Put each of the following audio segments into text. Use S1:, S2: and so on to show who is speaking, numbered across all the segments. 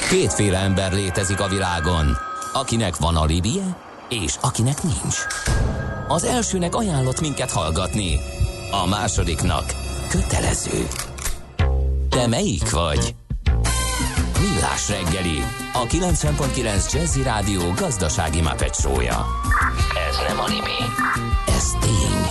S1: Kétféle ember létezik a világon, akinek van alibije, és akinek nincs. Az elsőnek ajánlott minket hallgatni, a másodiknak kötelező. Te melyik vagy? Millás reggeli, a 90.9 Jazzy Rádió gazdasági Muppet show-ja. Ez nem anime, ez tény.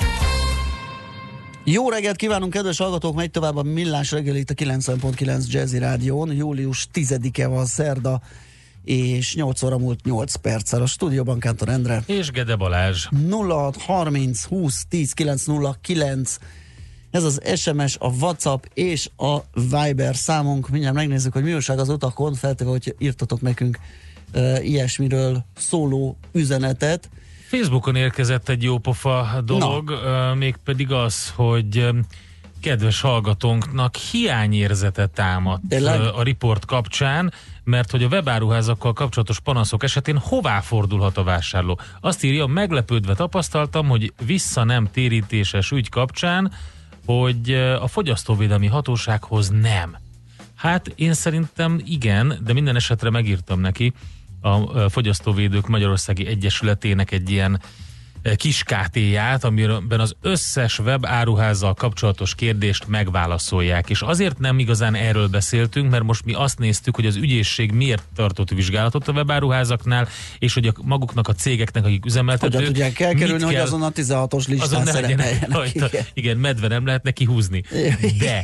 S2: Jó reggelt kívánunk, kedves hallgatók! Megy tovább a Millás reggeli itt a 90.9 Jazzy Rádión. Július 10-e van, szerda, és 8 óra múlt 8 perccel. A stúdióban Kántor Endre
S3: és Gede Balázs.
S2: 0630 20 10 909. Ez az SMS, a WhatsApp és a Viber számunk. Mindjárt megnézzük, hogy mi újság az utakon, feltéve, hogy írtatok nekünk ilyesmiről szóló üzenetet.
S3: Facebookon érkezett egy jópofa dolog, mégpedig az, hogy kedves hallgatónknak hiányérzete támadt a riport kapcsán, mert hogy a webáruházakkal kapcsolatos panaszok esetén hová fordulhat a vásárló. Azt írja, meglepődve tapasztaltam, hogy vissza nem térítéses ügy kapcsán, hogy a fogyasztóvédelmi hatósághoz nem. Hát én szerintem igen, de minden esetre megírtam neki a Fogyasztóvédők Magyarországi Egyesületének egy ilyen kis KT-ját, amiben az összes webáruházzal kapcsolatos kérdést megválaszolják. És azért nem igazán erről beszéltünk, mert most mi azt néztük, hogy az ügyészség miért tartott vizsgálatot a webáruházaknál, és hogy maguknak a cégeknek, akik üzemeltetők...
S2: Hogyan tudják elkerülni, hogy azon a 16-os listán szerepeljenek.
S3: Igen, medve nem lehetne kihúzni. De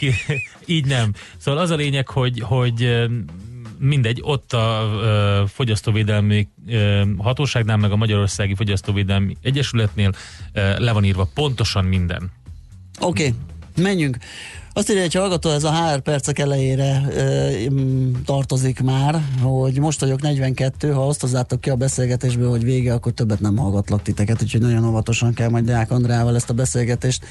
S3: így nem. Szóval az a lényeg, hogy mindegy, ott a fogyasztóvédelmi hatóságnál, meg a Magyarországi Fogyasztóvédelmi Egyesületnél le van írva pontosan minden.
S2: Oké, menjünk. Azt írja, hogy hallgató, ez a HR percek elejére tartozik már, hogy most vagyok 42, ha azt hozzátok ki a beszélgetésből, hogy vége, akkor többet nem hallgatlak titeket, úgyhogy nagyon óvatosan kell majd Deák Andrával ezt a beszélgetést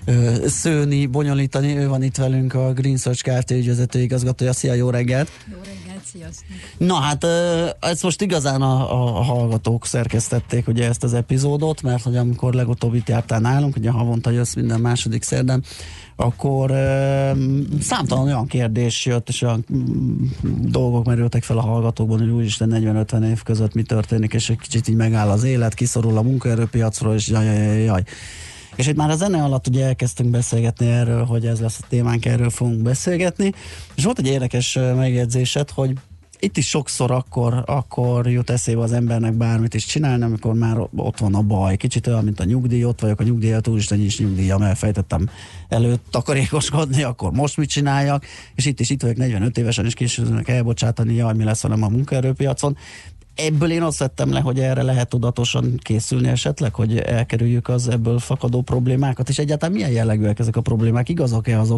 S2: szőni, bonyolítani. Ő van itt velünk, a Green Search Kft. Ügyvezető igazgatója. Szia, jó reggelt!
S4: Jó reggelt, sziasztok!
S2: Na hát, ezt most igazán a hallgatók szerkesztették ugye ezt az epizódot, mert hogy amikor legutóbb itt jártál nálunk, ugye havonta jössz minden második szerdán, akkor számtalan olyan kérdés jött, és olyan dolgok merültek fel a hallgatókban, hogy úristen 40-50 év között mi történik, és egy kicsit így megáll az élet, kiszorul a munkaerőpiacról, és jaj. És itt már a zene alatt ugye elkezdtünk beszélgetni erről, hogy ez lesz a témánk, erről fogunk beszélgetni, és volt egy érdekes megjegyzésed, hogy itt is sokszor akkor jut eszébe az embernek bármit is csinálni, amikor már ott van a baj. Kicsit olyan, mint a nyugdíj, ott vagyok a nyugdíjat, úristen, nincs nyugdíjam, elfejtettem előtt takarékoskodni, akkor most mit csináljak? És itt vagyok 45 évesen, és készülnek elbocsátani, jaj, mi lesz velem a munkaerőpiacon. Ebből én azt vettem le, hogy erre lehet tudatosan készülni esetleg, hogy elkerüljük az ebből fakadó problémákat, és egyáltalán milyen jellegűek ezek a problémák, igazak-e azok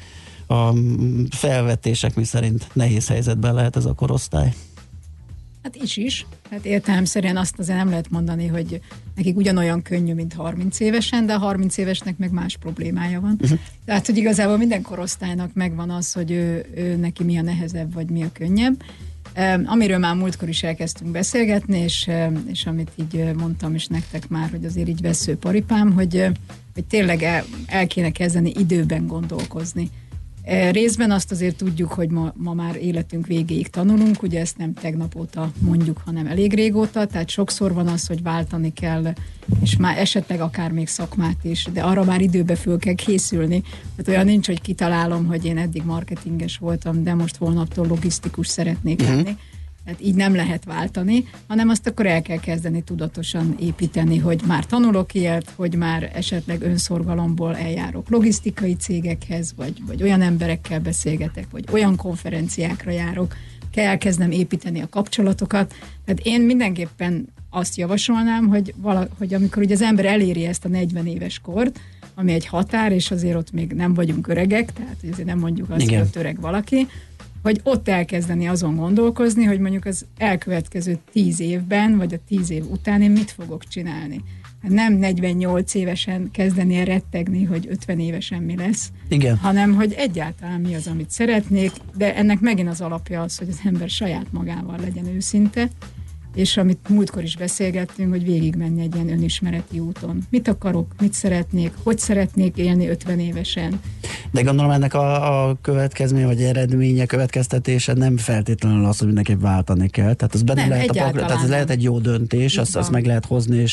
S2: a felvetések, mi szerint nehéz helyzetben lehet ez a korosztály?
S4: Hát is. Hát értelemszerűen azt azért nem lehet mondani, hogy nekik ugyanolyan könnyű, mint 30 évesen, de a 30 évesnek meg más problémája van. Tehát, hogy igazából minden korosztálynak megvan az, hogy ő neki mi a nehezebb, vagy mi a könnyebb. Amiről már múltkor is elkezdtünk beszélgetni, és amit így mondtam is nektek már, hogy azért így vessző paripám, hogy tényleg el kéne kezdeni időben gondolkozni. Részben azt azért tudjuk, hogy ma már életünk végéig tanulunk, ugye ezt nem tegnap óta mondjuk, hanem elég régóta, tehát sokszor van az, hogy váltani kell, és már esetleg akár még szakmát is, de arra már időbe föl kell készülni. Tehát olyan nincs, hogy kitalálom, hogy én eddig marketinges voltam, de most holnaptól logisztikus szeretnék lenni. Tehát így nem lehet váltani, hanem azt akkor el kell kezdeni tudatosan építeni, hogy már tanulok ilyet, hogy már esetleg önszorgalomból eljárok logisztikai cégekhez, vagy olyan emberekkel beszélgetek, vagy olyan konferenciákra járok, kell elkezdem építeni a kapcsolatokat. Tehát én mindenképpen azt javasolnám, hogy amikor ugye az ember eléri ezt a 40 éves kort, ami egy határ, és azért ott még nem vagyunk öregek, tehát azért nem mondjuk azt, hogy ott öreg valaki, hogy ott elkezdeni azon gondolkozni, hogy mondjuk az elkövetkező 10 évben, vagy a 10 év után én mit fogok csinálni. Hát nem 48 évesen kezdeni el rettegni, hogy 50 évesen mi lesz, hanem hogy egyáltalán mi az, amit szeretnék, de ennek megint az alapja az, hogy az ember saját magával legyen őszinte, és amit múltkor is beszélgettünk, hogy végigmenni egy ilyen önismereti úton. Mit akarok, mit szeretnék, hogy szeretnék élni 50 évesen.
S2: De gondolom ennek a következmény, vagy eredménye, következtetése nem feltétlenül az, hogy mindenképp váltani kell. Tehát az benne lehet tehát ez lehet egy jó döntés, azt meg lehet hozni,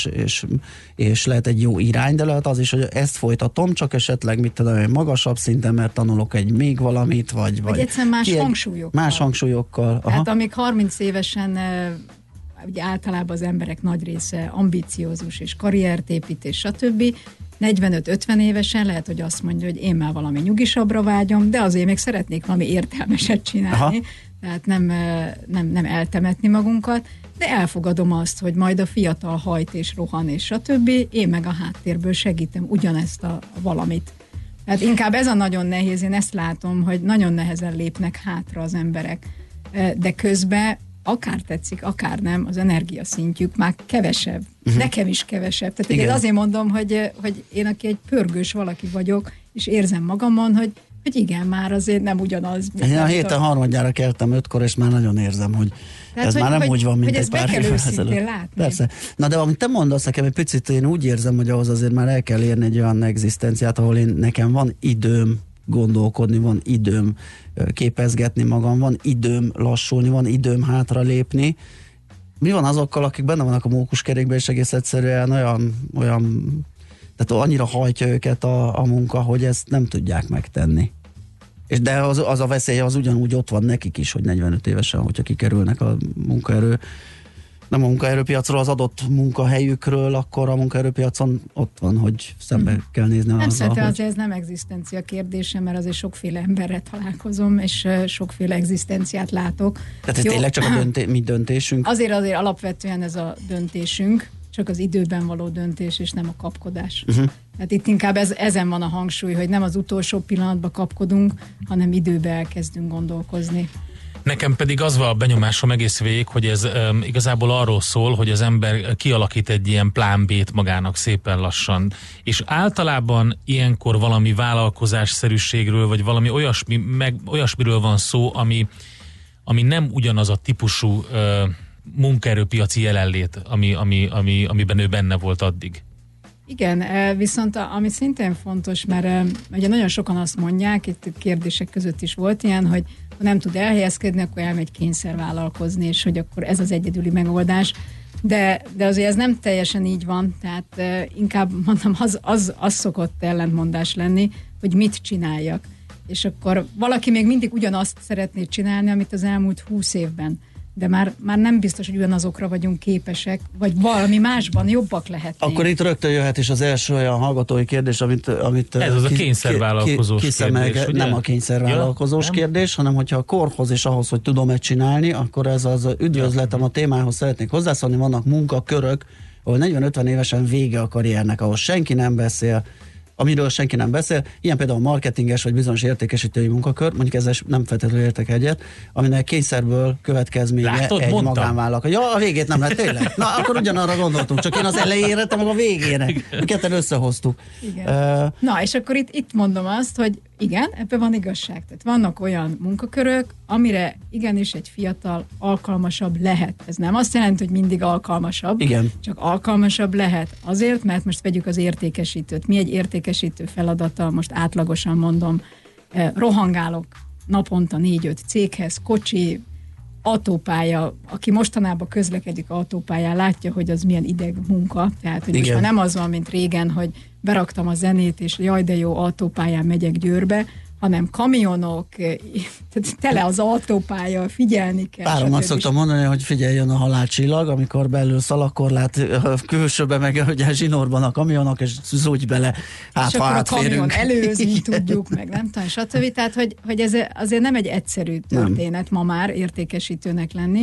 S2: és lehet egy jó irány, de lehet az is, hogy ezt folytatom, csak esetleg mit tudom, magasabb szinten, mert tanulok egy még valamit, vagy
S4: egyszerűen más hangsúlyokkal.
S2: Más hangsúlyokkal.
S4: Tehát amíg 30 évesen ugye általában az emberek nagy része ambiciózus és karriert építés, stb. 45-50 évesen lehet, hogy azt mondja, hogy én már valami nyugisabbra vágyom, de azért még szeretnék valami értelmeset csinálni, tehát nem eltemetni magunkat, de elfogadom azt, hogy majd a fiatal hajt és rohan és stb. Én meg a háttérből segítem ugyanezt a valamit. Tehát inkább ez a nagyon nehéz, én ezt látom, hogy nagyon nehezen lépnek hátra az emberek, de közben akár tetszik, akár nem, az energiaszintjük már kevesebb. Nekem is kevesebb. Tehát én azért mondom, hogy én aki egy pörgős valaki vagyok, és érzem magamon, hogy igen, már azért nem ugyanaz.
S2: Én a héten harmadjára keltem 5-kor, és már nagyon érzem, hogy tehát, ez már nem úgy van, mint egy pár évvel ezelőtt. Persze. Na de amit te mondasz nekem, egy picit én úgy érzem, hogy ahhoz azért már el kell érni egy olyan egzisztenciát, ahol nekem van időm gondolkodni, van időm képezgetni magam, van időm lassulni, van időm hátralépni. Mi van azokkal, akik benne vannak a mókuskerékben, és egész egyszerűen olyan tehát annyira hajtja őket a munka, hogy ezt nem tudják megtenni. De az a veszély az ugyanúgy ott van nekik is, hogy 45 évesen, hogyha kikerülnek a nem a munkaerőpiacról, az adott munkahelyükről, akkor a munkaerőpiacon ott van, hogy szembe kell nézni azzal.
S4: Nem szerintem azért ez nem egzisztencia kérdése, mert azért sokféle emberrel találkozom, és sokféle egzisztenciát látok.
S2: Tehát ez tényleg csak a mi döntésünk?
S4: Azért alapvetően ez a döntésünk, csak az időben való döntés, és nem a kapkodás. Tehát itt inkább ezen van a hangsúly, hogy nem az utolsó pillanatban kapkodunk, hanem időben elkezdünk gondolkozni.
S3: Nekem pedig az van a benyomásom egész végig, hogy ez igazából arról szól, hogy az ember kialakít egy ilyen plán B-t magának szépen lassan. És általában ilyenkor valami vállalkozásszerűségről, vagy valami olyasmiről van szó, ami nem ugyanaz a típusú munkaerőpiaci jelenlét, amiben ő benne volt addig.
S4: Igen, viszont ami szintén fontos, mert ugye nagyon sokan azt mondják, itt kérdések között is volt ilyen, hogy ha nem tud elhelyezkedni, akkor elmegy kényszervállalkozni, és hogy akkor ez az egyedüli megoldás. De azért ez nem teljesen így van, tehát inkább mondom, az szokott ellentmondás lenni, hogy mit csináljak. És akkor valaki még mindig ugyanazt szeretné csinálni, amit az elmúlt 20 évben. De már nem biztos, hogy ugyanazokra vagyunk képesek, vagy valami másban jobbak lehetnénk.
S2: Akkor itt rögtön jöhet is az első olyan hallgatói kérdés, amit
S3: ez az a kényszervállalkozós kérdés, ugye?
S2: Nem a kényszervállalkozós kérdés, hanem hogyha a korhoz és ahhoz, hogy tudom-e csinálni, akkor ez az üdvözletem a témához szeretnék hozzászólni. Vannak munkakörök, ahol 40-50 évesen vége a karriernek, ahol senki nem beszél, amiről senki nem beszél, ilyen például a marketinges vagy bizonyos értékesítői munkakör, mondjuk ezzel nem feltétlenül értek egyet, aminek kényszerből következménye egy magánvállalkozás. Ja, a végét nem lehet tényleg. Na, akkor ugyanarra gondoltunk, csak én az elejére, te meg a végére. Ketten összehoztuk.
S4: Igen. Na, és akkor itt mondom azt, hogy igen, ebben van igazság. Tehát vannak olyan munkakörök, amire igenis egy fiatal alkalmasabb lehet. Ez nem azt jelenti, hogy mindig alkalmasabb,
S2: igen.
S4: Csak alkalmasabb lehet. Azért, mert most vegyük az értékesítőt. Mi egy értékesítő feladata, most átlagosan mondom, rohangálok naponta 4-5 céghez, kocsi, autópálya, aki mostanában közlekedik autópályán, látja, hogy az milyen ideg munka. Tehát, hogy most már nem az van, mint régen, hogy beraktam a zenét, és jaj, de jó, autópályán megyek Győrbe, hanem kamionok, tele az autópálya, figyelni kell.
S2: Páromnak szoktam mondani, hogy figyeljen a halálcsillag, amikor belül szalagkorlát, a külsőben meg ugye zsinórban a kamionok, és zúgy bele, hát ha átférünk.
S4: És akkor a kamion előzni tudjuk, meg nem tudom, stb. Tehát, hogy ez azért nem egy egyszerű történet ma már értékesítőnek lenni.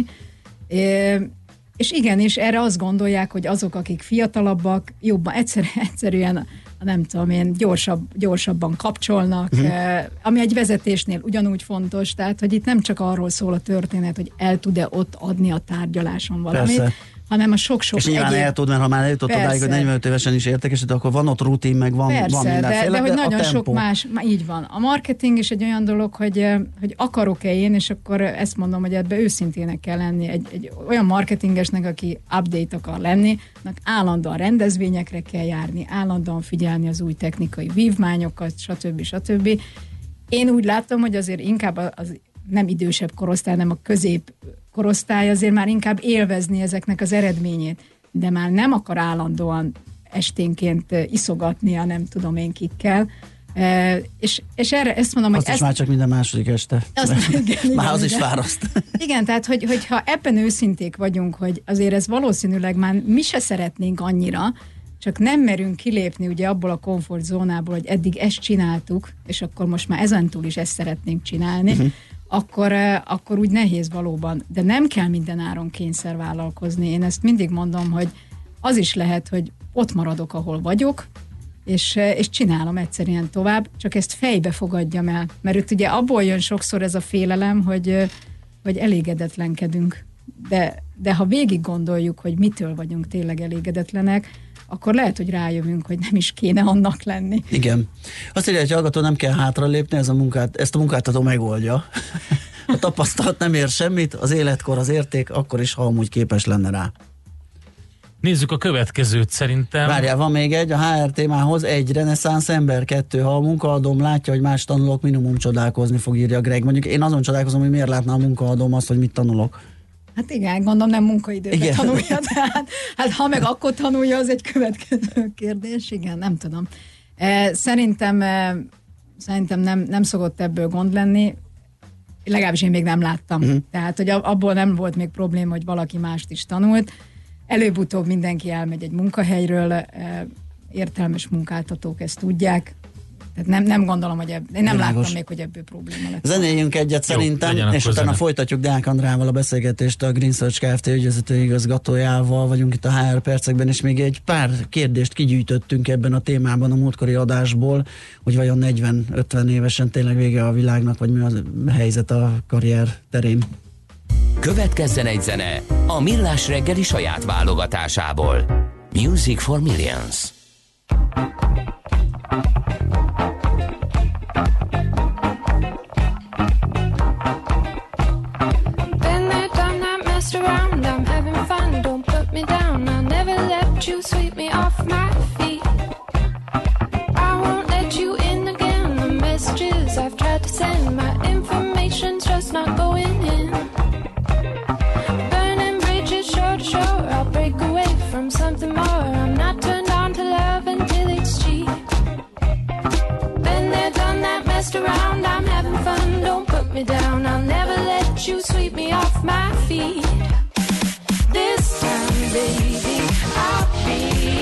S4: És igenis, erre azt gondolják, hogy azok, akik fiatalabbak, jobban, egyszerűen nem tudom én, gyorsabban kapcsolnak, ami egy vezetésnél ugyanúgy fontos, tehát, hogy itt nem csak arról szól a történet, hogy el tud-e ott adni a tárgyaláson valamit, hanem a sok-sok
S2: és nyilván el tud, mert ha már eljutott odáig, hogy 45 évesen is értékesítő, akkor van ott rutin, meg van mindenféle,
S4: de hogy nagyon
S2: sok
S4: más, így van. A marketing is egy olyan dolog, hogy akarok-e én, és akkor ezt mondom, hogy ebbe őszintének kell lenni. Egy olyan marketingesnek, aki update akar lenni, állandóan rendezvényekre kell járni, állandóan figyelni az új technikai vívmányokat, stb. Én úgy látom, hogy azért inkább az nem idősebb korosztály, hanem a közép korosztály azért már inkább élvezni ezeknek az eredményét, de már nem akar állandóan esténként iszogatnia, nem tudom én kikkel. És erre ezt mondom,
S2: azt
S4: hogy
S2: is már csak minden második este.
S4: Igen,
S2: már az is fáraszt.
S4: Igen, tehát hogyha ebben őszinték vagyunk, hogy azért ez valószínűleg már mi se szeretnénk annyira, csak nem merünk kilépni ugye abból a komfortzónából, hogy eddig ezt csináltuk, és akkor most már ezentúl is ezt szeretnénk csinálni, akkor úgy nehéz valóban. De nem kell minden áron kényszervállalkozni. Én ezt mindig mondom, hogy az is lehet, hogy ott maradok, ahol vagyok, és csinálom egyszerűen tovább, csak ezt fejbe fogadjam el. Mert itt ugye abból jön sokszor ez a félelem, hogy elégedetlenkedünk. De ha végig gondoljuk, hogy mitől vagyunk tényleg elégedetlenek, akkor lehet, hogy rájövünk, hogy nem is kéne annak lenni.
S2: Igen. Azt írja, hogy hallgató, nem kell hátralépni, ezt a munkáltató megoldja. A tapasztalat nem ér semmit, az életkor az érték, akkor is, ha amúgy képes lenne rá.
S3: Nézzük a következőt szerintem.
S2: Várjál, van még egy, a HR témához egy reneszánsz ember, 2, ha a munkaadóm látja, hogy más tanulok, minimum csodálkozni fog, írja Greg. Mondjuk én azon csodálkozom, hogy miért látná a munkaadóm azt, hogy mit tanulok.
S4: Hát igen, gondolom nem munkaidőben tanulja, tehát hát ha meg akkor tanulja, az egy következő kérdés, igen, nem tudom. Szerintem nem szokott ebből gond lenni, legalábbis én még nem láttam. Tehát, hogy abból nem volt még probléma, hogy valaki mást is tanult. Előbb-utóbb mindenki elmegy egy munkahelyről, értelmes munkáltatók ezt tudják. Tehát nem gondolom, hogy én nem láttam még, hogy ebből probléma lett.
S2: Zenéljünk egyet szerintem, és utána folytatjuk Deák Andrával a beszélgetést, a Green Search Kft. Ügyvezető igazgatójával vagyunk itt a HR percekben, és még egy pár kérdést kigyűjtöttünk ebben a témában a múltkori adásból, hogy vajon 40-50 évesen tényleg vége a világnak, vagy mi a helyzet a karrier terén.
S1: Következzen egy zene a Millás reggeli saját válogatásából. Music for Millions.
S5: You sweep me off my feet. I won't let you in again. The messages I've tried to send, my information's just not going in. Burning bridges shore to shore, I'll break away from something more. I'm not turned on to love until it's cheap. Been there, done that, messed around. I'm having fun, don't put me down. I'll never let you sweep me off my feet. This time, baby, I'll be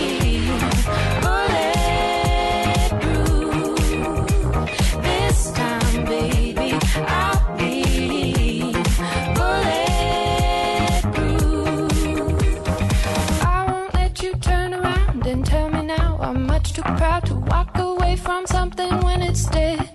S5: bulletproof. This time, baby, I'll be bulletproof. I won't let you turn around and tell me now I'm much too proud to walk away from something when it's dead.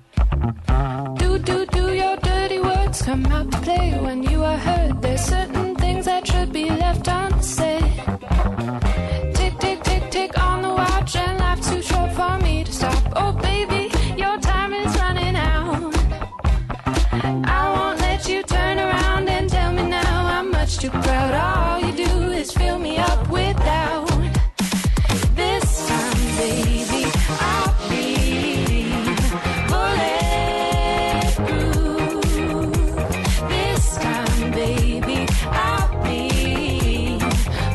S5: Do your dirty words come out to play when you are hurt? There's certain things that should be left unsaid. Tick, tick, tick, tick on the watch, and life's too short for me to stop. Oh baby, your time is running out. I won't let you turn around and tell me now I'm much too proud. All you do is fill me up with doubt. This time, baby, I'll be bulletproof. This time, baby, I'll be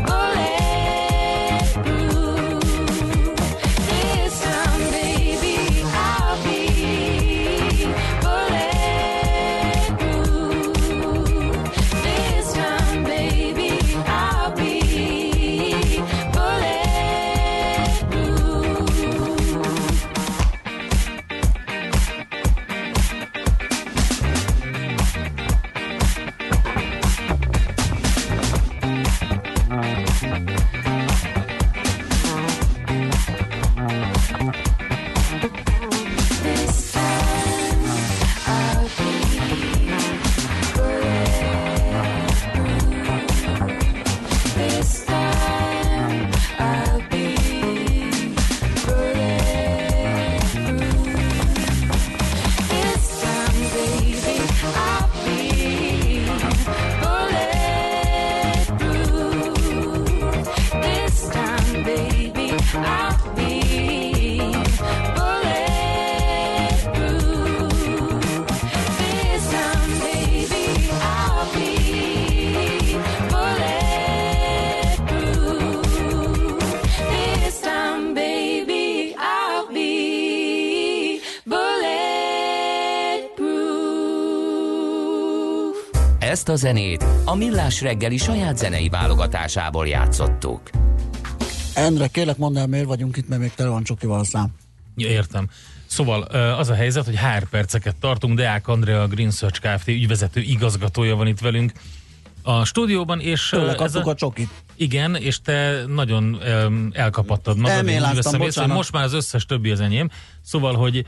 S1: Ezt a zenét a Millás reggeli saját zenei válogatásából játszottuk.
S2: Endre, kérlek mondd el, miért vagyunk itt, mert még tele van csokival a szám.
S3: Ja, értem. Szóval az a helyzet, hogy HR perceket tartunk, Deák Andrea, a Green Search Kft. Ügyvezető igazgatója van itt velünk a stúdióban, és
S2: tőle kaptuk a csokit.
S3: Igen, és te nagyon elkapattad magad.
S2: Elméláztam, bocsánat.
S3: Most már az összes többi az enyém. Szóval, hogy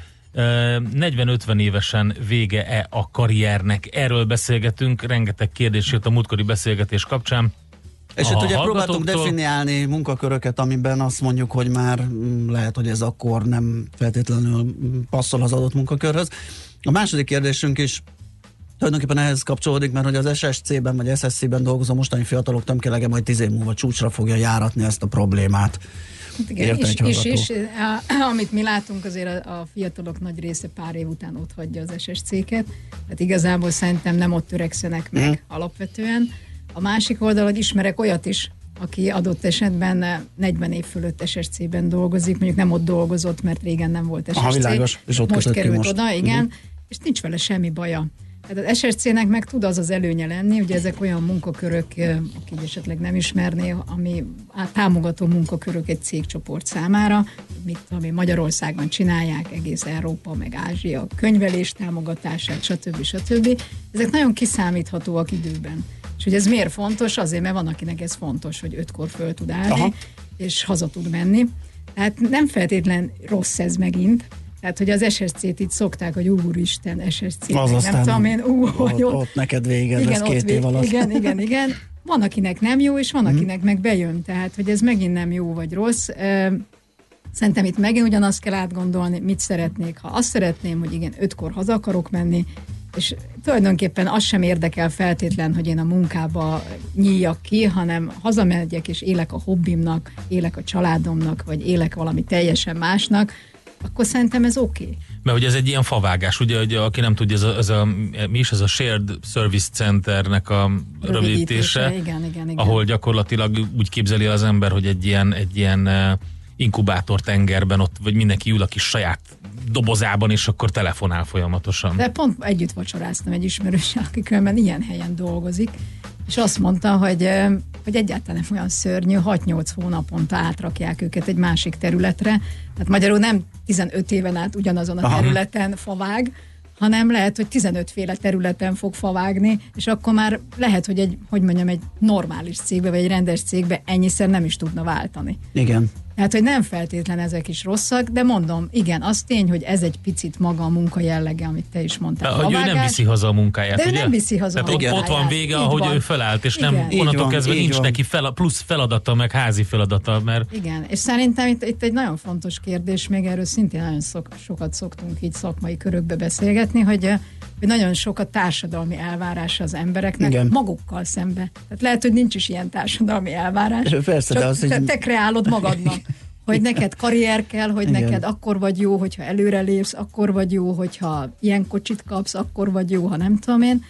S3: 40-50 évesen vége-e a karriernek? Erről beszélgetünk, rengeteg kérdés jött a múltkori beszélgetés kapcsán.
S2: És itt ugye próbáltunk definiálni munkaköröket, amiben azt mondjuk, hogy már lehet, hogy ez akkor nem feltétlenül passzol az adott munkakörhöz. A második kérdésünk is tulajdonképpen ehhez kapcsolódik, mert hogy az SSC-ben vagy SSC-ben dolgozó mostani fiatalok tömkelege majd 10 év múlva csúcsra fogja járatni ezt a problémát.
S4: Igen, és amit mi látunk, azért a fiatalok nagy része pár év után ott hagyja az SSC-ket, tehát igazából szerintem nem ott törekszenek meg alapvetően. A másik oldal, hogy ismerek olyat is, aki adott esetben 40 év fölött SSC-ben dolgozik, mondjuk nem ott dolgozott, mert régen nem volt SSC.
S2: Világos, és ott
S4: most került oda, igen, és nincs vele semmi baja. Tehát az SSC-nek meg tud az előnye lenni, ugye ezek olyan munkakörök, aki esetleg nem ismerné, ami támogató munkakörök egy cégcsoport számára, ami Magyarországon csinálják, egész Európa, meg Ázsia, könyvelés támogatását, stb. Ezek nagyon kiszámíthatóak időben. És hogy ez miért fontos? Azért, mert van, akinek ez fontos, hogy 5-kor föl tud állni, és haza tud menni. Tehát nem feltétlen rossz ez megint. Tehát, hogy az SSC-t itt szokták, hogy úristen, SSC, nem tudom én,
S2: ott neked vége, igen, ez 2 év alatt.
S4: Igen. Van, akinek nem jó, és van, akinek meg bejön. Tehát, hogy ez megint nem jó vagy rossz. Szerintem itt megint ugyanazt kell átgondolni, mit szeretnék. Ha azt szeretném, hogy igen, 5-kor haza akarok menni, és tulajdonképpen az sem érdekel feltétlen, hogy én a munkába nyíljak ki, hanem hazamegyek, és élek a hobbimnak, élek a családomnak, vagy élek valami teljesen másnak, akkor szerintem ez oké.
S3: Mert ugye ez egy ilyen favágás, ugye, hogy aki nem tudja, mi is ez a Shared Service Centernek a rövidítése,
S4: igen.
S3: ahol gyakorlatilag úgy képzeli az ember, hogy egy ilyen inkubátor tengerben ott, vagy mindenki ül a kis saját dobozában, és akkor telefonál folyamatosan.
S4: De pont együtt vacsoráztam egy ismerőssel, aki különben ilyen helyen dolgozik, és azt mondta, hogy egyáltalán nem olyan szörnyű, 6-8 hónaponta átrakják őket egy másik területre, tehát magyarul nem 15 éven át ugyanazon a területen favág, hanem lehet, hogy 15 féle területen fog favágni, és akkor már lehet, hogy egy normális cégbe, vagy egy rendes cégbe ennyiszer nem is tudna váltani.
S2: Igen.
S4: Tehát, hogy nem feltétlen ezek is rosszak, de mondom, igen, az tény, hogy ez egy picit maga a munka jellege, amit te is mondtál.
S3: Hogy ő nem viszi haza a munkáját,
S4: de
S3: ugye?
S4: Nem viszi haza
S3: tehát a munkáját. Ott van vége, ahogy ő felállt, és igen. Nem onnantól kezdve nincs neki plusz feladata, meg házi feladata, mert...
S4: Igen, és szerintem itt egy nagyon fontos kérdés, még erről szintén nagyon sokat szoktunk így szakmai körökbe beszélgetni, hogy nagyon sok a társadalmi elvárása az embereknek, igen. Magukkal szembe. Tehát lehet, hogy nincs is ilyen társadalmi elvárás.
S2: Persze,
S4: csak te kreálod magadnak. Hogy neked karrier kell, hogy igen. Neked akkor vagy jó, hogyha előrelépsz, akkor vagy jó, hogyha ilyen kocsit kapsz, akkor vagy jó, ha nem tudom én.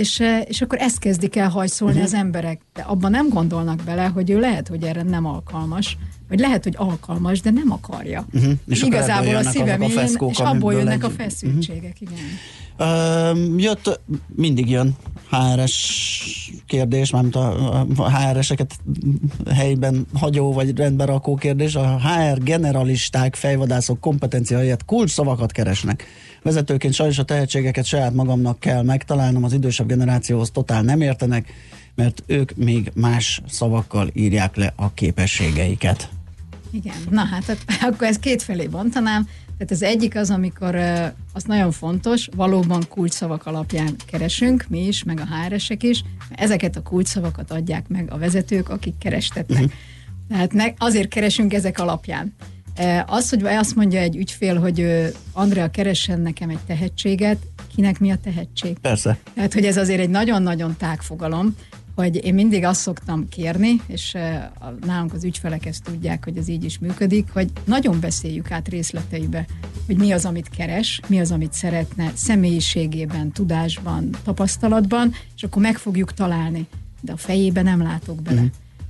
S4: És akkor ezt kezdik el hajszolni az emberek. De abban nem gondolnak bele, hogy ő lehet, hogy erre nem alkalmas, vagy lehet, hogy alkalmas, de nem akarja. És igazából a szívem ilyen, és abból jönnek a feszültségek, igen.
S2: Mindig jön HR-es kérdés, mármint a HR-eseket helyben hagyó vagy rendbe rakó kérdés. A HR generalisták, fejvadászok kompetencia helyett kulcsszavakat keresnek. Vezetőként sajnos a tehetségeket saját magamnak kell megtalálnom, az idősebb generációhoz totál nem értenek, mert ők még más szavakkal írják le a képességeiket.
S4: Igen, na hát akkor ezt kétfelé bontanám. Tehát az egyik az, amikor az nagyon fontos, valóban kulcsszavak alapján keresünk, mi is, meg a HR-esek is, ezeket a kulcsszavakat adják meg a vezetők, akik kerestetnek. Tehát azért keresünk ezek alapján. Az, hogy azt mondja egy ügyfél, hogy Andrea, keressen nekem egy tehetséget, kinek mi a tehetség?
S2: Persze.
S4: Tehát, hogy ez azért egy nagyon-nagyon tág fogalom, hogy én mindig azt szoktam kérni, és nálunk az ügyfelek ezt tudják, hogy ez így is működik, hogy nagyon beszéljük át részleteibe, hogy mi az, amit keres, mi az, amit szeretne személyiségében, tudásban, tapasztalatban, és akkor meg fogjuk találni, de a fejében nem látok bele.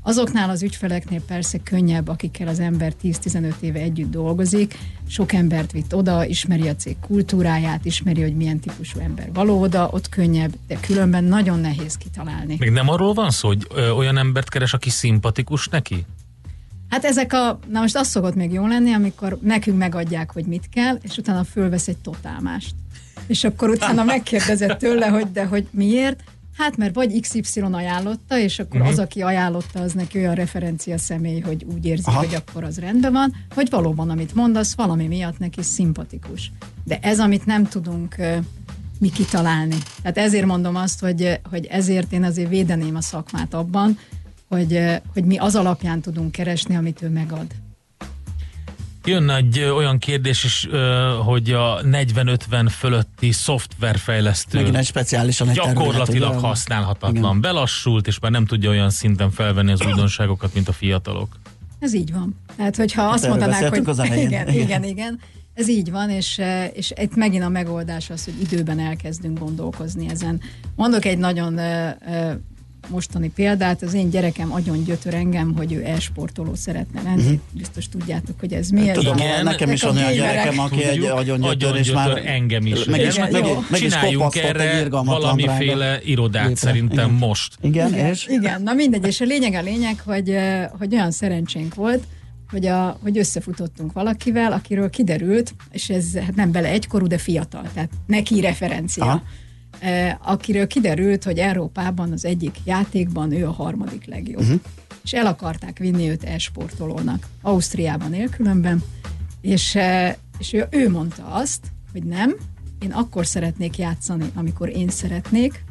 S4: Azoknál az ügyfeleknél persze könnyebb, akikkel az ember 10-15 éve együtt dolgozik, sok embert vitt oda, ismeri a cég kultúráját, ismeri, hogy milyen típusú ember való oda, ott könnyebb, de különben nagyon nehéz kitalálni.
S3: Még nem arról van szó, hogy olyan embert keres, aki szimpatikus neki?
S4: Hát na most az szokott még jó lenni, amikor nekünk megadják, hogy mit kell, és utána fölvesz egy totálmást. És akkor utána megkérdezett tőle, hogy miért? Hát mert vagy XY ajánlotta, és akkor az, aki ajánlotta, az neki olyan referencia személy, hogy úgy érzi, hogy akkor az rendben van, hogy valóban, amit mondasz, valami miatt neki szimpatikus. De ez, amit nem tudunk mi kitalálni. Tehát ezért mondom azt, hogy ezért én azért védeném a szakmát abban, hogy mi az alapján tudunk keresni, amit ő megad.
S3: Jön egy olyan kérdés is, hogy a 40-50 fölötti szoftverfejlesztő
S2: megint egy speciálisan egy
S3: gyakorlatilag
S2: terület,
S3: használhatatlan.
S2: Igen.
S3: Belassult, és már nem tudja olyan szinten felvenni az újdonságokat, mint a fiatalok.
S4: Ez így van. Tehát, hogyha azt mondanák, hogy igen, ez így van, és itt megint a megoldás az, hogy időben elkezdünk gondolkozni ezen. Mondok egy nagyon mostani példát, az én gyerekem agyon gyötör engem, hogy ő e-sportoló szeretne lenni. Biztos tudjátok, hogy ez mi.
S2: Tudom, nekem is van olyan gyerekem, aki egy agyon gyötör, és már
S3: engem is.
S2: Csináljunk
S3: erre valamiféle irodát létre. Szerintem igen. Most.
S4: Igen, na mindegy, és a lényeg, hogy olyan szerencsénk volt, hogy összefutottunk valakivel, akiről kiderült, és ez hát nem bele egykorú, de fiatal, tehát neki referencia. Akiről kiderült, hogy Európában az egyik játékban ő a 3. legjobb. És el akarták vinni őt e-sportolónak. Ausztriában él különben, és ő mondta azt, hogy nem, én akkor szeretnék játszani, amikor én szeretnék,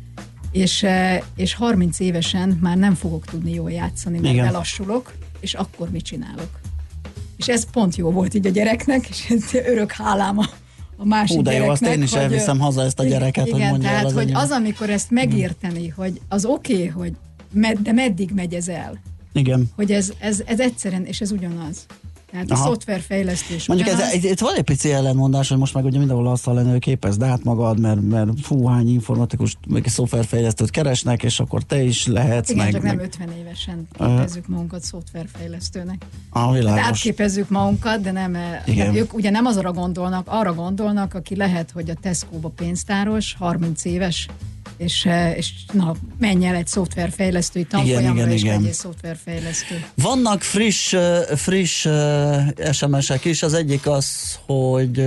S4: és 30 évesen már nem fogok tudni jól játszani, mert belassulok, és akkor mit csinálok? És ez pont jó volt így a gyereknek, és ez örök hálám a másik
S2: de
S4: gyereknek.
S2: Jó, azt én is elviszem haza ezt a gyereket,
S4: igen,
S2: hogy mondja
S4: tehát,
S2: el
S4: hogy az, amikor ezt megérteni, hogy az oké, hogy de meddig megy ez el?
S2: Igen.
S4: Hogy ez egyszerűen, és ez ugyanaz. Tehát a szoftverfejlesztő is
S2: mondjuk ez van egy pici ellenmondás, hogy most meg ugye mindenhol azt hallani, hogy képezd át magad, mert hány informatikus, meg szoftverfejlesztőt keresnek, és akkor te is lehetsz.
S4: Igen, csak nem 50 évesen képezzük magunkat szoftverfejlesztőnek.
S2: Világos.
S4: De átképezzük magunkat, de nem, ők ugye nem arra gondolnak, aki lehet, hogy a Tesco-ba pénztáros, 30 éves, és na, menj el egy szoftverfejlesztői tanfolyamra, és legyél szoftverfejlesztő.
S2: Vannak friss SMS-ek is, az egyik az, hogy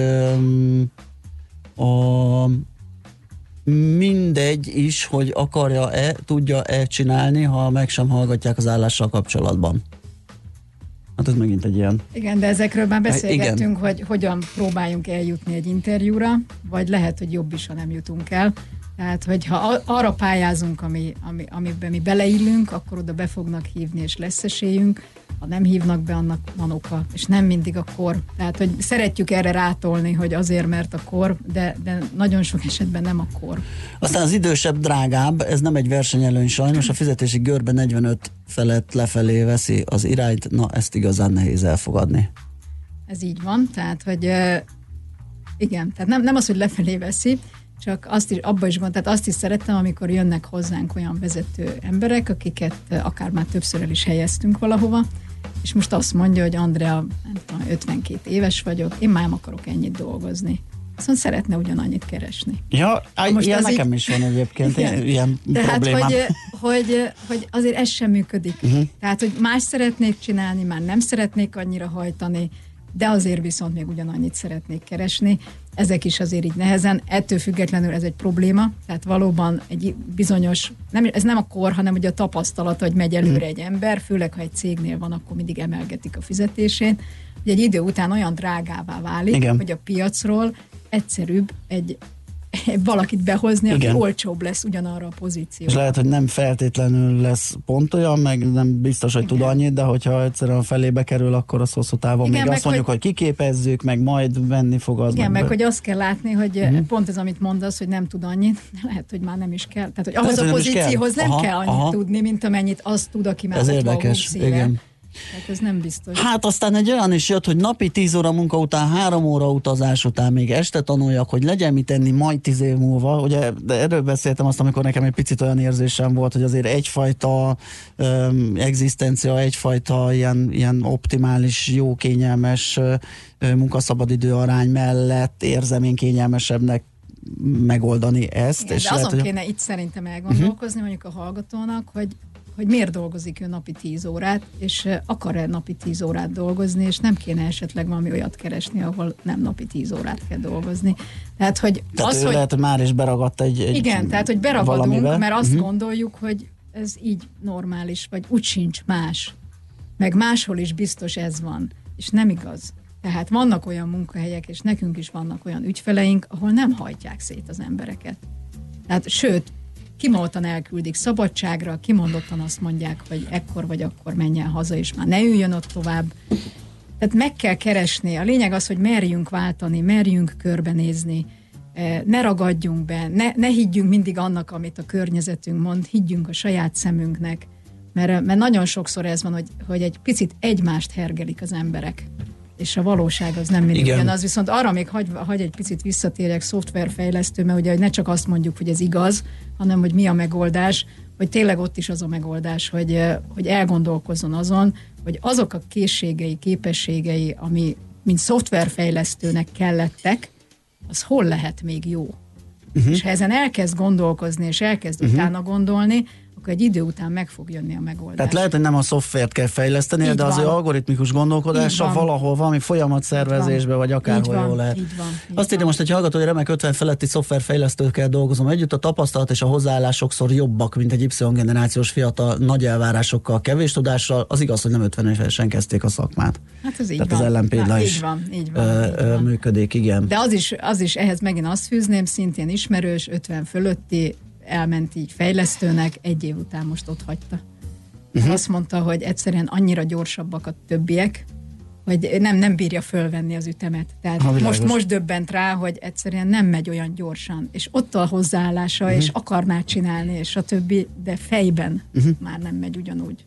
S2: mindegy is, hogy akarja-e, tudja-e csinálni, ha meg sem hallgatják az állással kapcsolatban. Hát ez megint egy ilyen...
S4: Igen, de ezekről már beszélgettünk, hogy hogyan próbáljunk eljutni egy interjúra, vagy lehet, hogy jobb is, ha nem jutunk el. Tehát, hogyha arra pályázunk, amiben mi beleillünk, akkor oda be fognak hívni, és lesz esélyünk. Ha nem hívnak be, annak van oka, és nem mindig a kor. Tehát, hogy szeretjük erre rátolni, hogy azért, mert a kor, de nagyon sok esetben nem a kor.
S2: Aztán az idősebb drágább, ez nem egy versenyelőny sajnos, a fizetési görbe 45 felett lefelé veszi az irányt, na ezt igazán nehéz elfogadni.
S4: Ez így van, tehát, hogy igen, tehát nem az, hogy lefelé veszi, csak abban is tehát azt is szerettem, amikor jönnek hozzánk olyan vezető emberek, akiket akár már többször el is helyeztünk valahova, és most azt mondja, hogy Andrea, nem tudom, 52 éves vagyok, én már nem akarok ennyit dolgozni. Szóval szeretne ugyanannyit keresni.
S2: Ja, ilyen nekem is van egyébként, ilyen problémám.
S4: Tehát, hogy azért ez sem működik. Tehát, hogy más szeretnék csinálni, már nem szeretnék annyira hajtani, de azért viszont még ugyanannyit szeretnék keresni. Ezek is azért így nehezen, ettől függetlenül ez egy probléma, tehát valóban egy bizonyos, ez nem a kor, hanem ugye a tapasztalat, hogy megy előre egy ember, főleg ha egy cégnél van, akkor mindig emelgetik a fizetését, hogy egy idő után olyan drágává válik, igen, hogy a piacról egyszerűbb valakit behozni, aki olcsóbb lesz ugyanarra a pozícióra.
S2: És lehet, hogy nem feltétlenül lesz pont olyan, meg nem biztos, hogy tud annyit, de hogyha egyszerűen felébe kerül, akkor az hosszú távon még azt mondjuk, hogy kiképezzük, meg majd venni fog az.
S4: Igen, meg hogy azt kell látni, hogy pont ez, amit mondasz, hogy nem tud annyit, lehet, hogy már nem is kell. Tehát, hogy ahhoz a pozícióhoz nem kell annyit tudni, mint amennyit azt tud, aki már
S2: ez érdekes, igen.
S4: Hát ez nem biztos.
S2: Hát aztán egy olyan is jött, hogy napi 10 óra munka után, 3 óra utazás után még este tanuljak, hogy legyen mit enni majd 10 év múlva. Ugye, de erről beszéltem azt, amikor nekem egy picit olyan érzésem volt, hogy azért egyfajta egzisztencia, egyfajta ilyen optimális, jó, kényelmes munkaszabadidő arány mellett érzem én kényelmesebbnek megoldani ezt.
S4: Igen, és de azon kéne itt szerintem elgondolkozni mondjuk a hallgatónak, hogy miért dolgozik ő napi 10 órát, és akar-e napi 10 órát dolgozni, és nem kéne esetleg valami olyat keresni, ahol nem napi 10 órát kell dolgozni. Tehát, hogy
S2: az, hogy lehet, hogy már is beragadt egy
S4: igen, tehát, hogy beragadunk,
S2: valamivel.
S4: mert azt gondoljuk, hogy ez így normális, vagy úgy sincs más. Meg máshol is biztos ez van, és nem igaz. Tehát vannak olyan munkahelyek, és nekünk is vannak olyan ügyfeleink, ahol nem hajtják szét az embereket. Tehát, sőt, kimondottan elküldik szabadságra, kimondottan azt mondják, hogy ekkor vagy akkor menjen haza, és már ne üljön ott tovább. Tehát meg kell keresni. A lényeg az, hogy merjünk váltani, merjünk körbenézni, ne ragadjunk be, ne higgyünk mindig annak, amit a környezetünk mond, higgyünk a saját szemünknek, mert nagyon sokszor ez van, hogy egy picit egymást hergelik az emberek, és a valóság az nem mindig ugyanaz. Viszont arra még hagy egy picit visszatérjek, szoftverfejlesztő, mert ugye ne csak azt mondjuk, hogy ez igaz, hanem hogy mi a megoldás, hogy tényleg ott is az a megoldás, hogy elgondolkozzon azon, hogy azok a készségei, képességei, ami mint szoftverfejlesztőnek kellettek, az hol lehet még jó. És ha ezen elkezd gondolkozni, és elkezd utána gondolni, akkor egy idő után meg fog jönni a megoldás.
S2: Tehát lehet, hogy nem a szoftvert kell fejleszteni, de az ő algoritmikus gondolkodása valahol valami folyamatszervezésbe, vagy akárhol jól lehet. Azt írja most egy hallgató, hogy remek 50 feletti szoftverfejlesztőkkel dolgozom együtt, a tapasztalat és a hozzáállás sokszor jobbak, mint egy Y-generációs fiatal nagy elvárásokkal, kevés tudással. Az igaz, hogy nem 50 évesen kezdték a szakmát.
S4: Hát ez így
S2: Tehát
S4: van.
S2: az ellenpélda is
S4: így van.
S2: működik, igen.
S4: De az is ehhez megint azt fűzném, szintén ismerős, 50 fölötti, elment így fejlesztőnek, 1 év után most ott hagyta. Azt mondta, hogy egyszerűen annyira gyorsabbak a többiek, hogy nem bírja fölvenni az ütemet. Tehát most döbbent rá, hogy egyszerűen nem megy olyan gyorsan, és ott a hozzáállása, és akarná csinálni, és a többi, de fejben már nem megy ugyanúgy.